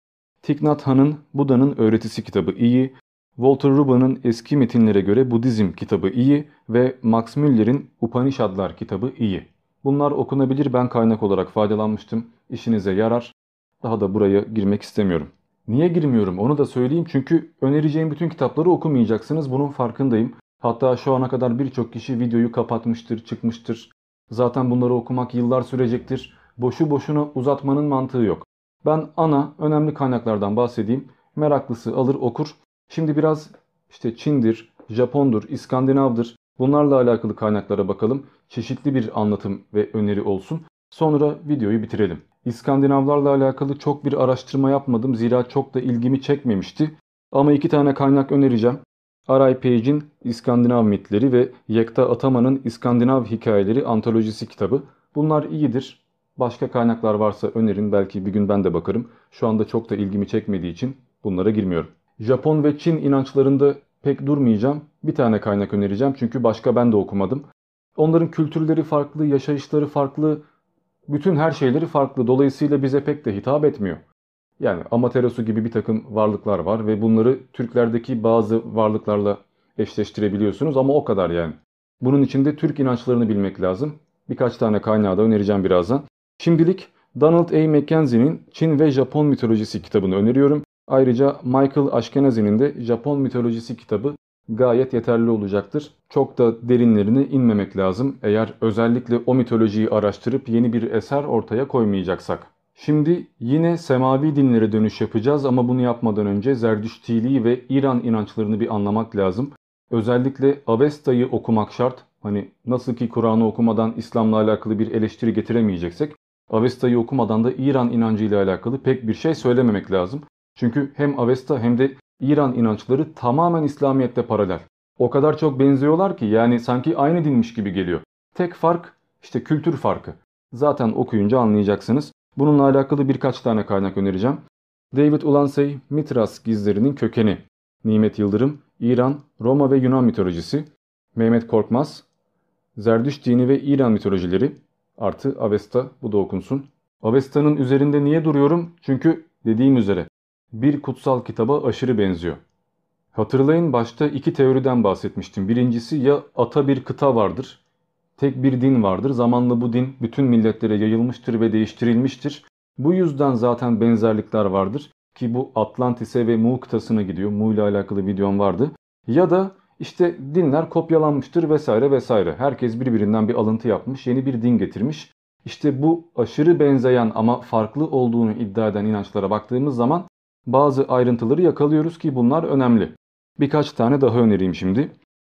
Thich Nhat Hanh'ın Buda'nın Öğretisi kitabı iyi, Walter Ruba'nın Eski Metinlere Göre Budizm kitabı iyi ve Max Müller'in Upanishadlar kitabı iyi. Bunlar okunabilir, ben kaynak olarak faydalanmıştım. İşinize yarar. Daha da buraya girmek istemiyorum. Niye girmiyorum onu da söyleyeyim, çünkü önereceğim bütün kitapları okumayacaksınız, bunun farkındayım. Hatta şu ana kadar birçok kişi videoyu kapatmıştır, çıkmıştır. Zaten bunları okumak yıllar sürecektir. Boşu boşuna uzatmanın mantığı yok. Ben ana önemli kaynaklardan bahsedeyim. Meraklısı alır okur. Şimdi biraz işte Çin'dir, Japon'dur, İskandinav'dır. Bunlarla alakalı kaynaklara bakalım. Çeşitli bir anlatım ve öneri olsun. Sonra videoyu bitirelim. İskandinavlarla alakalı çok bir araştırma yapmadım. Zira çok da ilgimi çekmemişti. Ama iki tane kaynak önereceğim. Aray Page'in İskandinav Mitleri ve Yekta Ataman'ın İskandinav Hikayeleri antolojisi kitabı. Bunlar iyidir. Başka kaynaklar varsa önerin, belki bir gün ben de bakarım. Şu anda çok da ilgimi çekmediği için bunlara girmiyorum. Japon ve Çin inançlarında pek durmayacağım. Bir tane kaynak önereceğim çünkü başka ben de okumadım. Onların kültürleri farklı, yaşayışları farklı, bütün her şeyleri farklı. Dolayısıyla bize pek de hitap etmiyor. Yani Amaterasu gibi bir takım varlıklar var ve bunları Türklerdeki bazı varlıklarla eşleştirebiliyorsunuz ama o kadar yani. Bunun için de Türk inançlarını bilmek lazım. Birkaç tane kaynağı da önereceğim birazdan. Şimdilik Donald A. Mackenzie'nin Çin ve Japon mitolojisi kitabını öneriyorum. Ayrıca Michael Ashkenazi'nin de Japon mitolojisi kitabı gayet yeterli olacaktır. Çok da derinlerine inmemek lazım eğer özellikle o mitolojiyi araştırıp yeni bir eser ortaya koymayacaksak. Şimdi yine semavi dinlere dönüş yapacağız ama bunu yapmadan önce Zerdüştiliği ve İran inançlarını bir anlamak lazım. Özellikle Avesta'yı okumak şart. Hani nasıl ki Kur'an'ı okumadan İslam'la alakalı bir eleştiri getiremeyeceksek, Avesta'yı okumadan da İran inancıyla alakalı pek bir şey söylememek lazım. Çünkü hem Avesta hem de İran inançları tamamen İslamiyet'te paralel. O kadar çok benziyorlar ki yani sanki aynı dinmiş gibi geliyor. Tek fark işte kültür farkı. Zaten okuyunca anlayacaksınız. Bununla alakalı birkaç tane kaynak önereceğim. David Ulansey, Mitras Gizlerinin Kökeni. Nimet Yıldırım, İran, Roma ve Yunan mitolojisi. Mehmet Korkmaz, Zerdüşt dini ve İran mitolojileri. Artı Avesta, bu da okunsun. Avesta'nın üzerinde niye duruyorum? Çünkü dediğim üzere bir kutsal kitaba aşırı benziyor. Hatırlayın, başta iki teoriden bahsetmiştim. Birincisi, ya ata bir kıta vardır, tek bir din vardır. Zamanla bu din bütün milletlere yayılmıştır ve değiştirilmiştir. Bu yüzden zaten benzerlikler vardır ki bu Atlantis'e ve Mu kıtasına gidiyor. Mu ile alakalı videom vardı. Ya da işte dinler kopyalanmıştır vesaire vesaire. Herkes birbirinden bir alıntı yapmış, yeni bir din getirmiş. İşte bu aşırı benzeyen ama farklı olduğunu iddia eden inançlara baktığımız zaman bazı ayrıntıları yakalıyoruz ki bunlar önemli. Birkaç tane daha önereyim şimdi.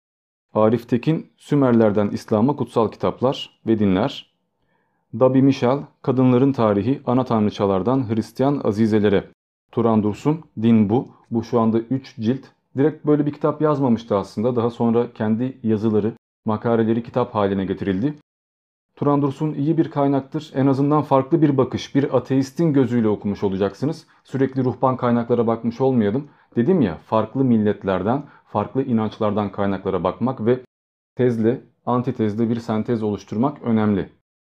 Arif Tekin, Sümerlerden İslam'a Kutsal Kitaplar ve Dinler. Dabi Michel, Kadınların Tarihi, Ana Tanrıçalardan Hristiyan Azizelere. Turan Dursun, Din Bu. Bu şu anda üç cilt. Direkt böyle bir kitap yazmamıştı aslında. Daha sonra kendi yazıları, makaleleri kitap haline getirildi. Turan Dursun iyi bir kaynaktır. En azından farklı bir bakış, bir ateistin gözüyle okumuş olacaksınız. Sürekli ruhban kaynaklara bakmış olmayalım. Dedim ya, farklı milletlerden, farklı inançlardan kaynaklara bakmak ve tezle, antitezle bir sentez oluşturmak önemli.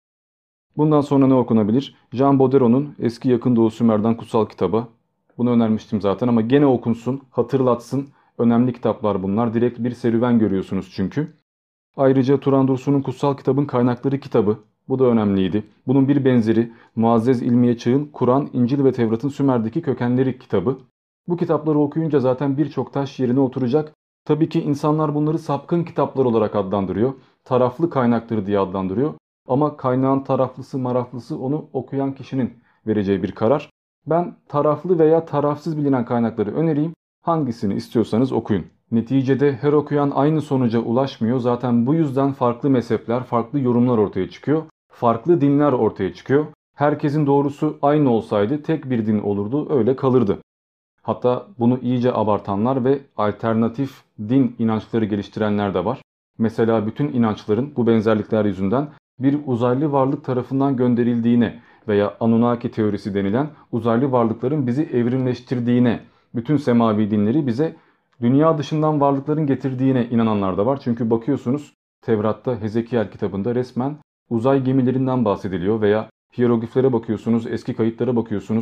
Bundan sonra ne okunabilir? Jean Baudero'nun Eski Yakın Doğu Sümer'den Kutsal Kitabı. Bunu önermiştim zaten ama gene okunsun, hatırlatsın. Önemli kitaplar bunlar. Direkt bir serüven görüyorsunuz çünkü. Ayrıca Turan Dursun'un Kutsal Kitabın Kaynakları kitabı. Bu da önemliydi. Bunun bir benzeri Muazzez İlmiye Çağ'ın Kur'an, İncil ve Tevrat'ın Sümer'deki kökenleri kitabı. Bu kitapları okuyunca zaten birçok taş yerine oturacak. Tabii ki insanlar bunları sapkın kitaplar olarak adlandırıyor. Taraflı kaynaktır diye adlandırıyor. Ama kaynağın taraflısı maraflısı onu okuyan kişinin vereceği bir karar. Ben taraflı veya tarafsız bilinen kaynakları önereyim. Hangisini istiyorsanız okuyun. Neticede her okuyan aynı sonuca ulaşmıyor. Zaten bu yüzden farklı mezhepler, farklı yorumlar ortaya çıkıyor. Farklı dinler ortaya çıkıyor. Herkesin doğrusu aynı olsaydı tek bir din olurdu, öyle kalırdı. Hatta bunu iyice abartanlar ve alternatif din inançları geliştirenler de var. Mesela bütün inançların bu benzerlikler yüzünden bir uzaylı varlık tarafından gönderildiğine veya Anunnaki teorisi denilen uzaylı varlıkların bizi evrimleştirdiğine, bütün semavi dinleri bize dünya dışından varlıkların getirdiğine inananlar da var. Çünkü bakıyorsunuz Tevrat'ta, Hezekiel kitabında resmen uzay gemilerinden bahsediliyor veya hierogliflere bakıyorsunuz, eski kayıtlara bakıyorsunuz.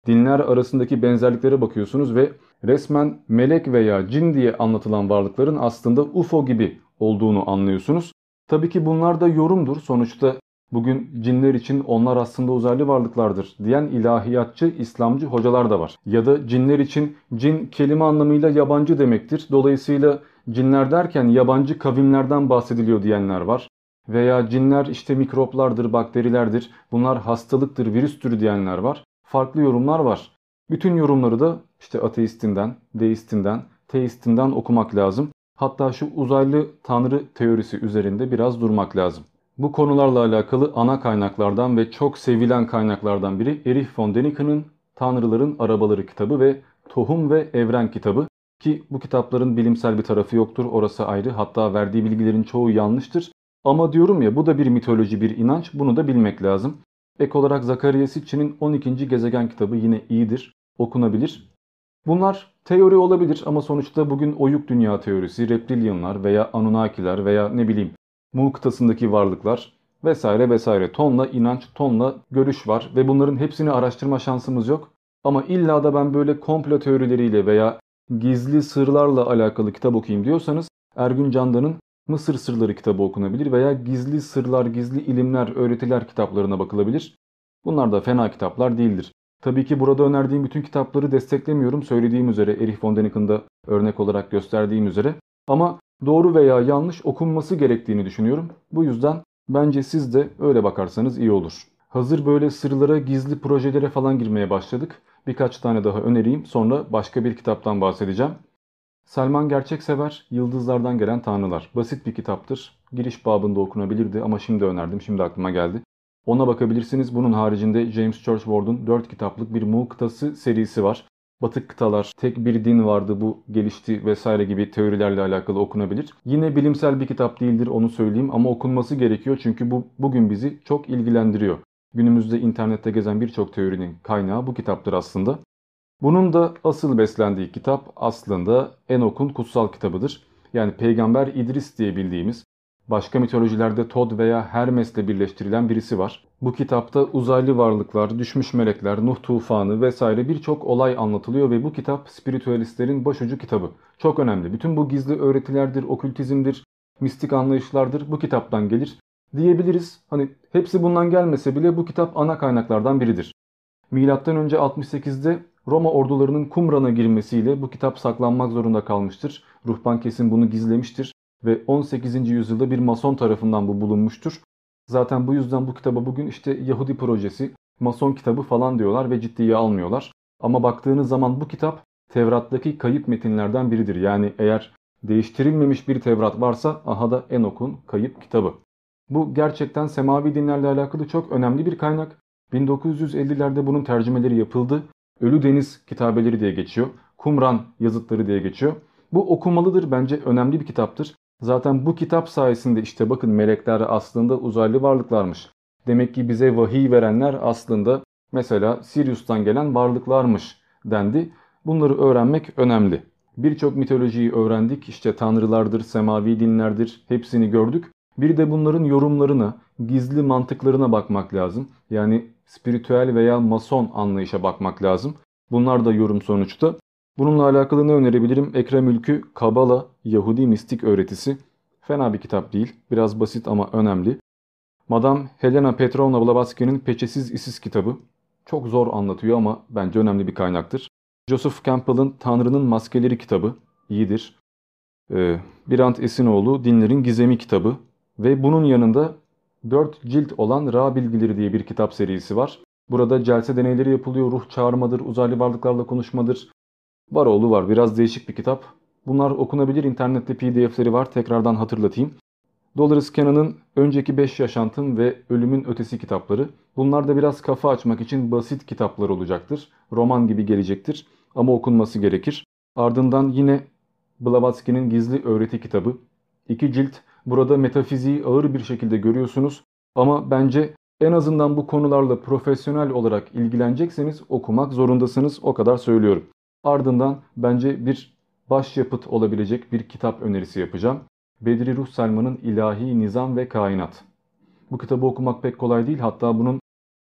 dinler arasındaki benzerliklere bakıyorsunuz ve resmen melek veya cin diye anlatılan varlıkların aslında U F O gibi olduğunu anlıyorsunuz. Tabii ki bunlar da yorumdur. Sonuçta bugün cinler için onlar aslında uzaylı varlıklardır diyen ilahiyatçı, İslamcı hocalar da var. Ya da cinler için cin kelime anlamıyla yabancı demektir. Dolayısıyla cinler derken yabancı kavimlerden bahsediliyor diyenler var. Veya cinler işte mikroplardır, bakterilerdir, bunlar hastalıktır, virüstür diyenler var. Farklı yorumlar var. Bütün yorumları da işte ateistinden, deistinden, teistinden okumak lazım. Hatta şu uzaylı tanrı teorisi üzerinde biraz durmak lazım. Bu konularla alakalı ana kaynaklardan ve çok sevilen kaynaklardan biri Erich von Däniken'in Tanrıların Arabaları kitabı ve Tohum ve Evren kitabı. Ki bu kitapların bilimsel bir tarafı yoktur, orası ayrı. Hatta verdiği bilgilerin çoğu yanlıştır. Ama diyorum ya, bu da bir mitoloji, bir inanç, bunu da bilmek lazım. Ek olarak Zecharia Sitchin'in on ikinci Gezegen kitabı yine iyidir, okunabilir. Bunlar teori olabilir ama sonuçta bugün oyuk dünya teorisi, reptilyanlar veya Anunnakiler veya ne bileyim Mu kıtasındaki varlıklar vesaire vesaire, tonla inanç, tonla görüş var ve bunların hepsini araştırma şansımız yok. Ama illa da ben böyle komplo teorileriyle veya gizli sırlarla alakalı kitap okuyayım diyorsanız Ergün Candan'ın Mısır Sırları kitabı okunabilir veya Gizli Sırlar, Gizli İlimler, Öğretiler kitaplarına bakılabilir. Bunlar da fena kitaplar değildir. Tabii ki burada önerdiğim bütün kitapları desteklemiyorum. Söylediğim üzere, Erich von Däniken'da örnek olarak gösterdiğim üzere. Ama doğru veya yanlış okunması gerektiğini düşünüyorum. Bu yüzden bence siz de öyle bakarsanız iyi olur. Hazır böyle sırlara, gizli projelere falan girmeye başladık. Birkaç tane daha önereyim, sonra başka bir kitaptan bahsedeceğim. Selman Gerçeksever, Yıldızlardan Gelen Tanrılar. Basit bir kitaptır. Giriş babında okunabilirdi ama şimdi önerdim, şimdi aklıma geldi. Ona bakabilirsiniz. Bunun haricinde James Churchward'un dört kitaplık bir Mu kıtası serisi var. Batık kıtalar, tek bir din vardı, bu gelişti vesaire gibi teorilerle alakalı okunabilir. Yine bilimsel bir kitap değildir, onu söyleyeyim, ama okunması gerekiyor çünkü bu bugün bizi çok ilgilendiriyor. Günümüzde internette gezen birçok teorinin kaynağı bu kitaptır aslında. Bunun da asıl beslendiği kitap aslında Enok'un kutsal kitabıdır. Yani Peygamber İdris diye bildiğimiz, başka mitolojilerde Tod veya Hermes'le birleştirilen birisi var. Bu kitapta uzaylı varlıklar, düşmüş melekler, Nuh tufanı vesaire birçok olay anlatılıyor ve bu kitap spiritüalistlerin başucu kitabı. Çok önemli. Bütün bu gizli öğretilerdir, okültizmdir, mistik anlayışlardır bu kitaptan gelir diyebiliriz. Hani hepsi bundan gelmese bile bu kitap ana kaynaklardan biridir. Milattan önce altmış sekizde Roma ordularının Kumran'a girmesiyle bu kitap saklanmak zorunda kalmıştır. Ruhban kesin bunu gizlemiştir ve on sekizinci yüzyılda bir mason tarafından bu bulunmuştur. Zaten bu yüzden bu kitaba bugün işte Yahudi projesi, mason kitabı falan diyorlar ve ciddiye almıyorlar. Ama baktığınız zaman bu kitap Tevrat'taki kayıp metinlerden biridir. Yani eğer değiştirilmemiş bir Tevrat varsa aha da Enok'un kayıp kitabı. Bu gerçekten semavi dinlerle alakalı çok önemli bir kaynak. bin dokuz yüz ellilerde bunun tercümeleri yapıldı. Ölü Deniz kitabeleri diye geçiyor. Kumran yazıtları diye geçiyor. Bu okumalıdır, bence önemli bir kitaptır. Zaten bu kitap sayesinde işte bakın melekler aslında uzaylı varlıklarmış. Demek ki bize vahiy verenler aslında mesela Sirius'tan gelen varlıklarmış dendi. Bunları öğrenmek önemli. Birçok mitolojiyi öğrendik. İşte tanrılardır, semavi dinlerdir, hepsini gördük. Bir de bunların yorumlarına, gizli mantıklarına bakmak lazım. Yani spiritüel veya mason anlayışa bakmak lazım. Bunlar da yorum sonuçta. Bununla alakalı ne önerebilirim? Ekrem Ülkü, Kabala, Yahudi Mistik Öğretisi. Fena bir kitap değil. Biraz basit ama önemli. Madame Helena Petrovna Blavatsky'nin Peçesiz İsiz kitabı. Çok zor anlatıyor ama bence önemli bir kaynaktır. Joseph Campbell'ın Tanrı'nın Maskeleri kitabı. İyidir. Ee, Birant Esinoğlu Dinlerin Gizemi kitabı. Ve bunun yanında dört cilt olan Ra Bilgileri diye bir kitap serisi var. Burada celse deneyleri yapılıyor. Ruh çağırmadır, uzaylı varlıklarla konuşmadır. Var oğlu var. Biraz değişik bir kitap. Bunlar okunabilir. İnternette P D F'leri var. Tekrardan hatırlatayım. Dolores Cannon'ın Önceki Beş Yaşantım ve Ölümün Ötesi kitapları. Bunlar da biraz kafa açmak için basit kitaplar olacaktır. Roman gibi gelecektir. Ama okunması gerekir. Ardından yine Blavatsky'nin Gizli Öğreti kitabı. İki cilt. Burada metafiziği ağır bir şekilde görüyorsunuz. Ama bence en azından bu konularla profesyonel olarak ilgilenecekseniz okumak zorundasınız. O kadar söylüyorum. Ardından bence bir başyapıt olabilecek bir kitap önerisi yapacağım. Bedri Ruh Selman'ın İlahi Nizam ve Kainat. Bu kitabı okumak pek kolay değil. Hatta bunun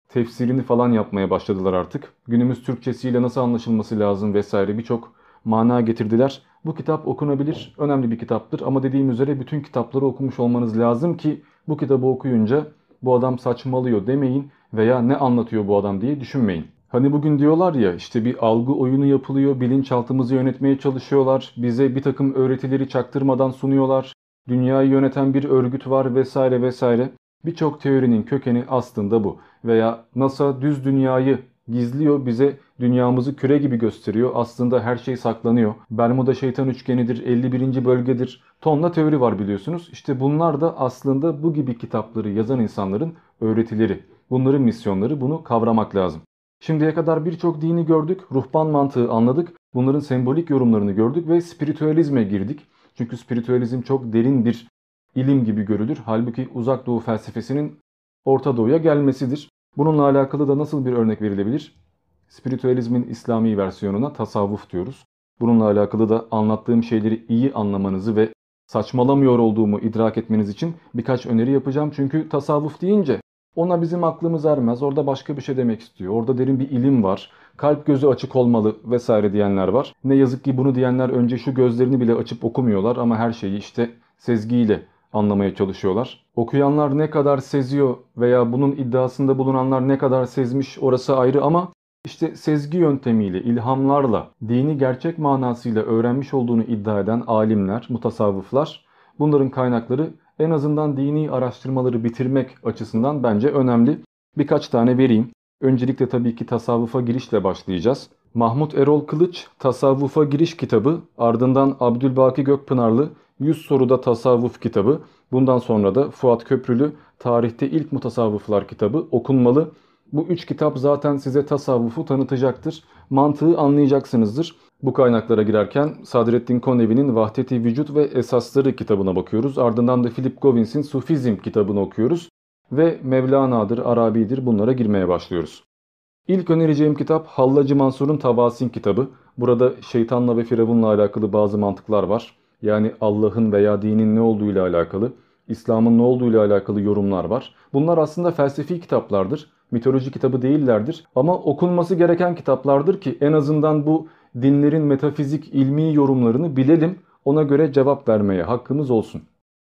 tefsirini falan yapmaya başladılar artık. Günümüz Türkçesiyle nasıl anlaşılması lazım vesaire birçok mana getirdiler. Bu kitap okunabilir, önemli bir kitaptır ama dediğim üzere bütün kitapları okumuş olmanız lazım ki bu kitabı okuyunca bu adam saçmalıyor demeyin veya ne anlatıyor bu adam diye düşünmeyin. Hani bugün diyorlar ya işte bir algı oyunu yapılıyor, bilinçaltımızı yönetmeye çalışıyorlar, bize bir takım öğretileri çaktırmadan sunuyorlar, dünyayı yöneten bir örgüt var vesaire vesaire. Birçok teorinin kökeni aslında bu. Veya NASA düz dünyayı gizliyor, bize dünyamızı küre gibi gösteriyor. Aslında her şey saklanıyor. Bermuda şeytan üçgenidir, elli birinci bölgedir. Tonla teori var biliyorsunuz. İşte bunlar da aslında bu gibi kitapları yazan insanların öğretileri. Bunların misyonları, bunu kavramak lazım. Şimdiye kadar birçok dini gördük, ruhban mantığı anladık, bunların sembolik yorumlarını gördük ve spiritüalizme girdik. Çünkü spiritüalizm çok derin bir ilim gibi görülür. Halbuki Uzak Doğu felsefesinin Orta Doğu'ya gelmesidir. Bununla alakalı da nasıl bir örnek verilebilir? Spiritüalizmin İslami versiyonuna tasavvuf diyoruz. Bununla alakalı da anlattığım şeyleri iyi anlamanızı ve saçmalamıyor olduğumu idrak etmeniz için birkaç öneri yapacağım. Çünkü tasavvuf deyince ona bizim aklımız ermez. Orada başka bir şey demek istiyor. Orada derin bir ilim var. Kalp gözü açık olmalı vesaire diyenler var. Ne yazık ki bunu diyenler önce şu gözlerini bile açıp okumuyorlar ama her şeyi işte sezgiyle anlamaya çalışıyorlar. Okuyanlar ne kadar seziyor veya bunun iddiasında bulunanlar ne kadar sezmiş orası ayrı ama işte sezgi yöntemiyle, ilhamlarla, dini gerçek manasıyla öğrenmiş olduğunu iddia eden alimler, mutasavvıflar, bunların kaynakları en azından dini araştırmaları bitirmek açısından bence önemli. Birkaç tane vereyim. Öncelikle tabii ki tasavvufa girişle başlayacağız. Mahmut Erol Kılıç Tasavvufa Giriş kitabı, ardından Abdülbaki Gökpınarlı yüz Soruda Tasavvuf kitabı, bundan sonra da Fuat Köprülü Tarihte İlk Mutasavvıflar kitabı okunmalı. Bu üç kitap zaten size tasavvufu tanıtacaktır. Mantığı anlayacaksınızdır. Bu kaynaklara girerken Sadreddin Konevi'nin Vahdet-i Vücut ve Esasları kitabına bakıyoruz. Ardından da Philip Govins'in Sufizm kitabını okuyoruz. Ve Mevlana'dır, Arabi'dir bunlara girmeye başlıyoruz. İlk önereceğim kitap Hallacı Mansur'un Tavasin kitabı. Burada şeytanla ve firavunla alakalı bazı mantıklar var. Yani Allah'ın veya dinin ne olduğuyla alakalı, İslam'ın ne olduğuyla alakalı yorumlar var. Bunlar aslında felsefi kitaplardır. Mitoloji kitabı değillerdir. Ama okunması gereken kitaplardır ki en azından bu dinlerin metafizik, ilmi yorumlarını bilelim. Ona göre cevap vermeye hakkımız olsun.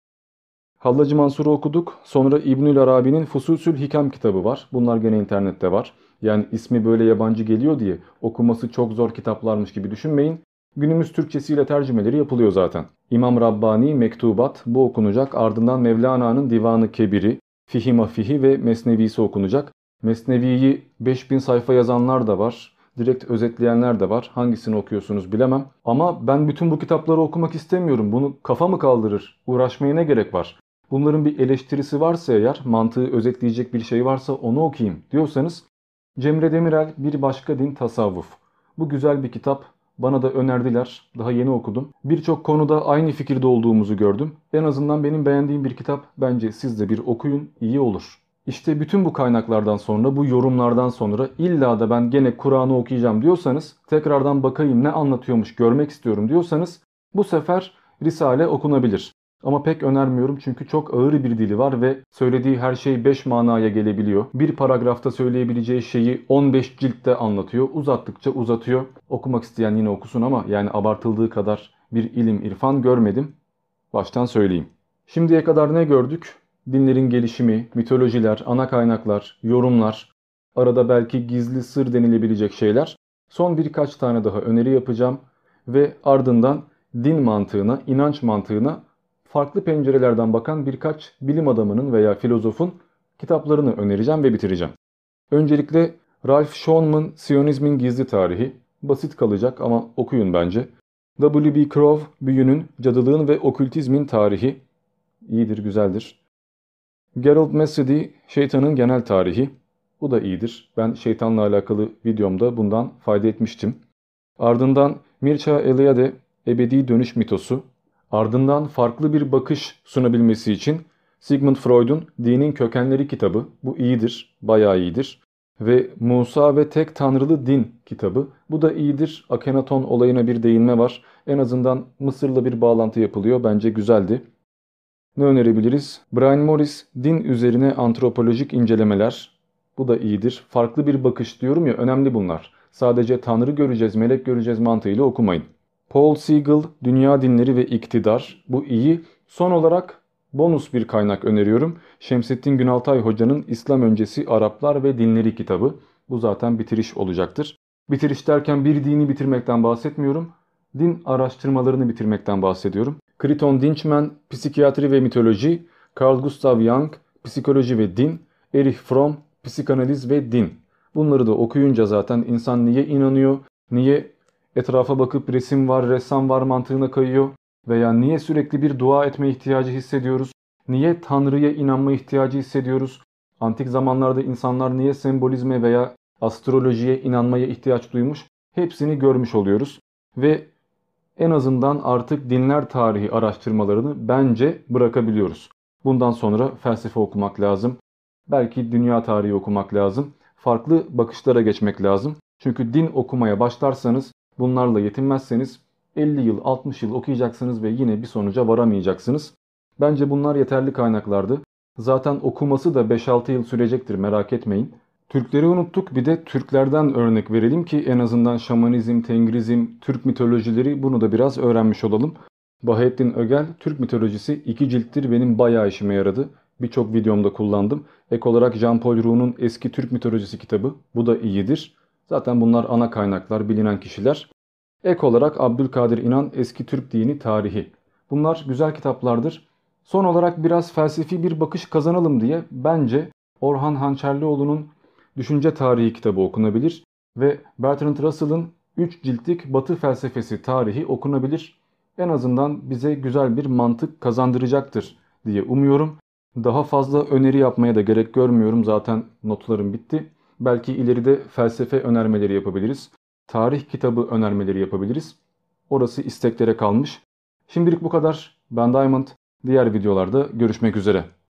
Hallacı Mansur'u okuduk. Sonra İbnül Arabi'nin Fususül Hikam kitabı var. Bunlar gene internette var. Yani ismi böyle yabancı geliyor diye okuması çok zor kitaplarmış gibi düşünmeyin. Günümüz Türkçesiyle tercümeleri yapılıyor zaten. İmam Rabbani Mektubat bu okunacak. Ardından Mevlana'nın Divanı Kebiri, Fihi Mafihi ve Mesnevisi okunacak. Mesnevi'yi beş bin sayfa yazanlar da var. Direkt özetleyenler de var. Hangisini okuyorsunuz bilemem. Ama ben bütün bu kitapları okumak istemiyorum. Bunu kafa mı kaldırır? Uğraşmaya ne gerek var? Bunların bir eleştirisi varsa eğer, mantığı özetleyecek bir şey varsa onu okuyayım diyorsanız Cemre Demirel Bir Başka Din Tasavvuf. Bu güzel bir kitap. Bana da önerdiler. Daha yeni okudum. Birçok konuda aynı fikirde olduğumuzu gördüm. En azından benim beğendiğim bir kitap. Bence siz de bir okuyun. İyi olur. İşte bütün bu kaynaklardan sonra, bu yorumlardan sonra illa da ben gene Kur'an'ı okuyacağım diyorsanız, tekrardan bakayım ne anlatıyormuş görmek istiyorum diyorsanız bu sefer Risale okunabilir. Ama pek önermiyorum çünkü çok ağır bir dili var ve söylediği her şey beş manaya gelebiliyor. Bir paragrafta söyleyebileceği şeyi on beş ciltte anlatıyor. Uzattıkça uzatıyor. Okumak isteyen yine okusun ama yani abartıldığı kadar bir ilim, irfan görmedim. Baştan söyleyeyim. Şimdiye kadar ne gördük? Dinlerin gelişimi, mitolojiler, ana kaynaklar, yorumlar, arada belki gizli sır denilebilecek şeyler. Son birkaç tane daha öneri yapacağım ve ardından din mantığına, inanç mantığına farklı pencerelerden bakan birkaç bilim adamının veya filozofun kitaplarını önereceğim ve bitireceğim. Öncelikle Ralph Schoenman Siyonizmin Gizli Tarihi. Basit kalacak ama okuyun bence. W B Crowe Büyünün, Cadılığın ve Okültizmin Tarihi. İyidir, güzeldir. Gerald Mesedy Şeytanın Genel Tarihi. Bu da iyidir. Ben şeytanla alakalı videomda bundan fayda etmiştim. Ardından Mircea Eliade Ebedi Dönüş Mitosu. Ardından farklı bir bakış sunabilmesi için Sigmund Freud'un Dinin Kökenleri kitabı. Bu iyidir, bayağı iyidir. Ve Musa ve Tek Tanrılı Din kitabı. Bu da iyidir. Akhenaton olayına bir değinme var. En azından Mısır'la bir bağlantı yapılıyor. Bence güzeldi. Ne önerebiliriz? Brian Morris Din Üzerine Antropolojik İncelemeler. Bu da iyidir. Farklı bir bakış diyorum ya, önemli bunlar. Sadece Tanrı göreceğiz, melek göreceğiz mantığıyla okumayın. Paul Siegel, Dünya Dinleri ve İktidar. Bu iyi. Son olarak bonus bir kaynak öneriyorum. Şemsettin Günaltay Hoca'nın İslam Öncesi Araplar ve Dinleri kitabı. Bu zaten bitiriş olacaktır. Bitiriş derken bir dini bitirmekten bahsetmiyorum. Din araştırmalarını bitirmekten bahsediyorum. Kriton Dinçmen, Psikiyatri ve Mitoloji, Carl Gustav Jung, Psikoloji ve Din, Erich Fromm, Psikanaliz ve Din. Bunları da okuyunca zaten insan niye inanıyor, niye etrafa bakıp resim var, ressam var mantığına kayıyor veya niye sürekli bir dua etme ihtiyacı hissediyoruz, niye Tanrı'ya inanma ihtiyacı hissediyoruz, antik zamanlarda insanlar niye sembolizme veya astrolojiye inanmaya ihtiyaç duymuş, hepsini görmüş oluyoruz. Ve en azından artık dinler tarihi araştırmalarını bence bırakabiliyoruz. Bundan sonra felsefe okumak lazım. Belki dünya tarihi okumak lazım. Farklı bakışlara geçmek lazım. Çünkü din okumaya başlarsanız, bunlarla yetinmezseniz elli yıl, altmış yıl okuyacaksınız ve yine bir sonuca varamayacaksınız. Bence bunlar yeterli kaynaklardı. Zaten okuması da beş altı yıl sürecektir, merak etmeyin. Türkleri unuttuk, bir de Türklerden örnek verelim ki en azından şamanizm, tengrizm, Türk mitolojileri, bunu da biraz öğrenmiş olalım. Bahattin Ögel, Türk mitolojisi iki cilttir, benim bayağı işime yaradı. Birçok videomda kullandım. Ek olarak Jean-Paul Roux'un Eski Türk Mitolojisi kitabı, bu da iyidir. Zaten bunlar ana kaynaklar, bilinen kişiler. Ek olarak Abdülkadir İnan, Eski Türk Dini Tarihi. Bunlar güzel kitaplardır. Son olarak biraz felsefi bir bakış kazanalım diye bence Orhan Hançerlioğlu'nun Düşünce Tarihi kitabı okunabilir ve Bertrand Russell'ın üç ciltlik Batı Felsefesi Tarihi okunabilir. En azından bize güzel bir mantık kazandıracaktır diye umuyorum. Daha fazla öneri yapmaya da gerek görmüyorum. Zaten notlarım bitti. Belki ileride felsefe önermeleri yapabiliriz. Tarih kitabı önermeleri yapabiliriz. Orası isteklere kalmış. Şimdilik bu kadar. Ben Diamond. Diğer videolarda görüşmek üzere.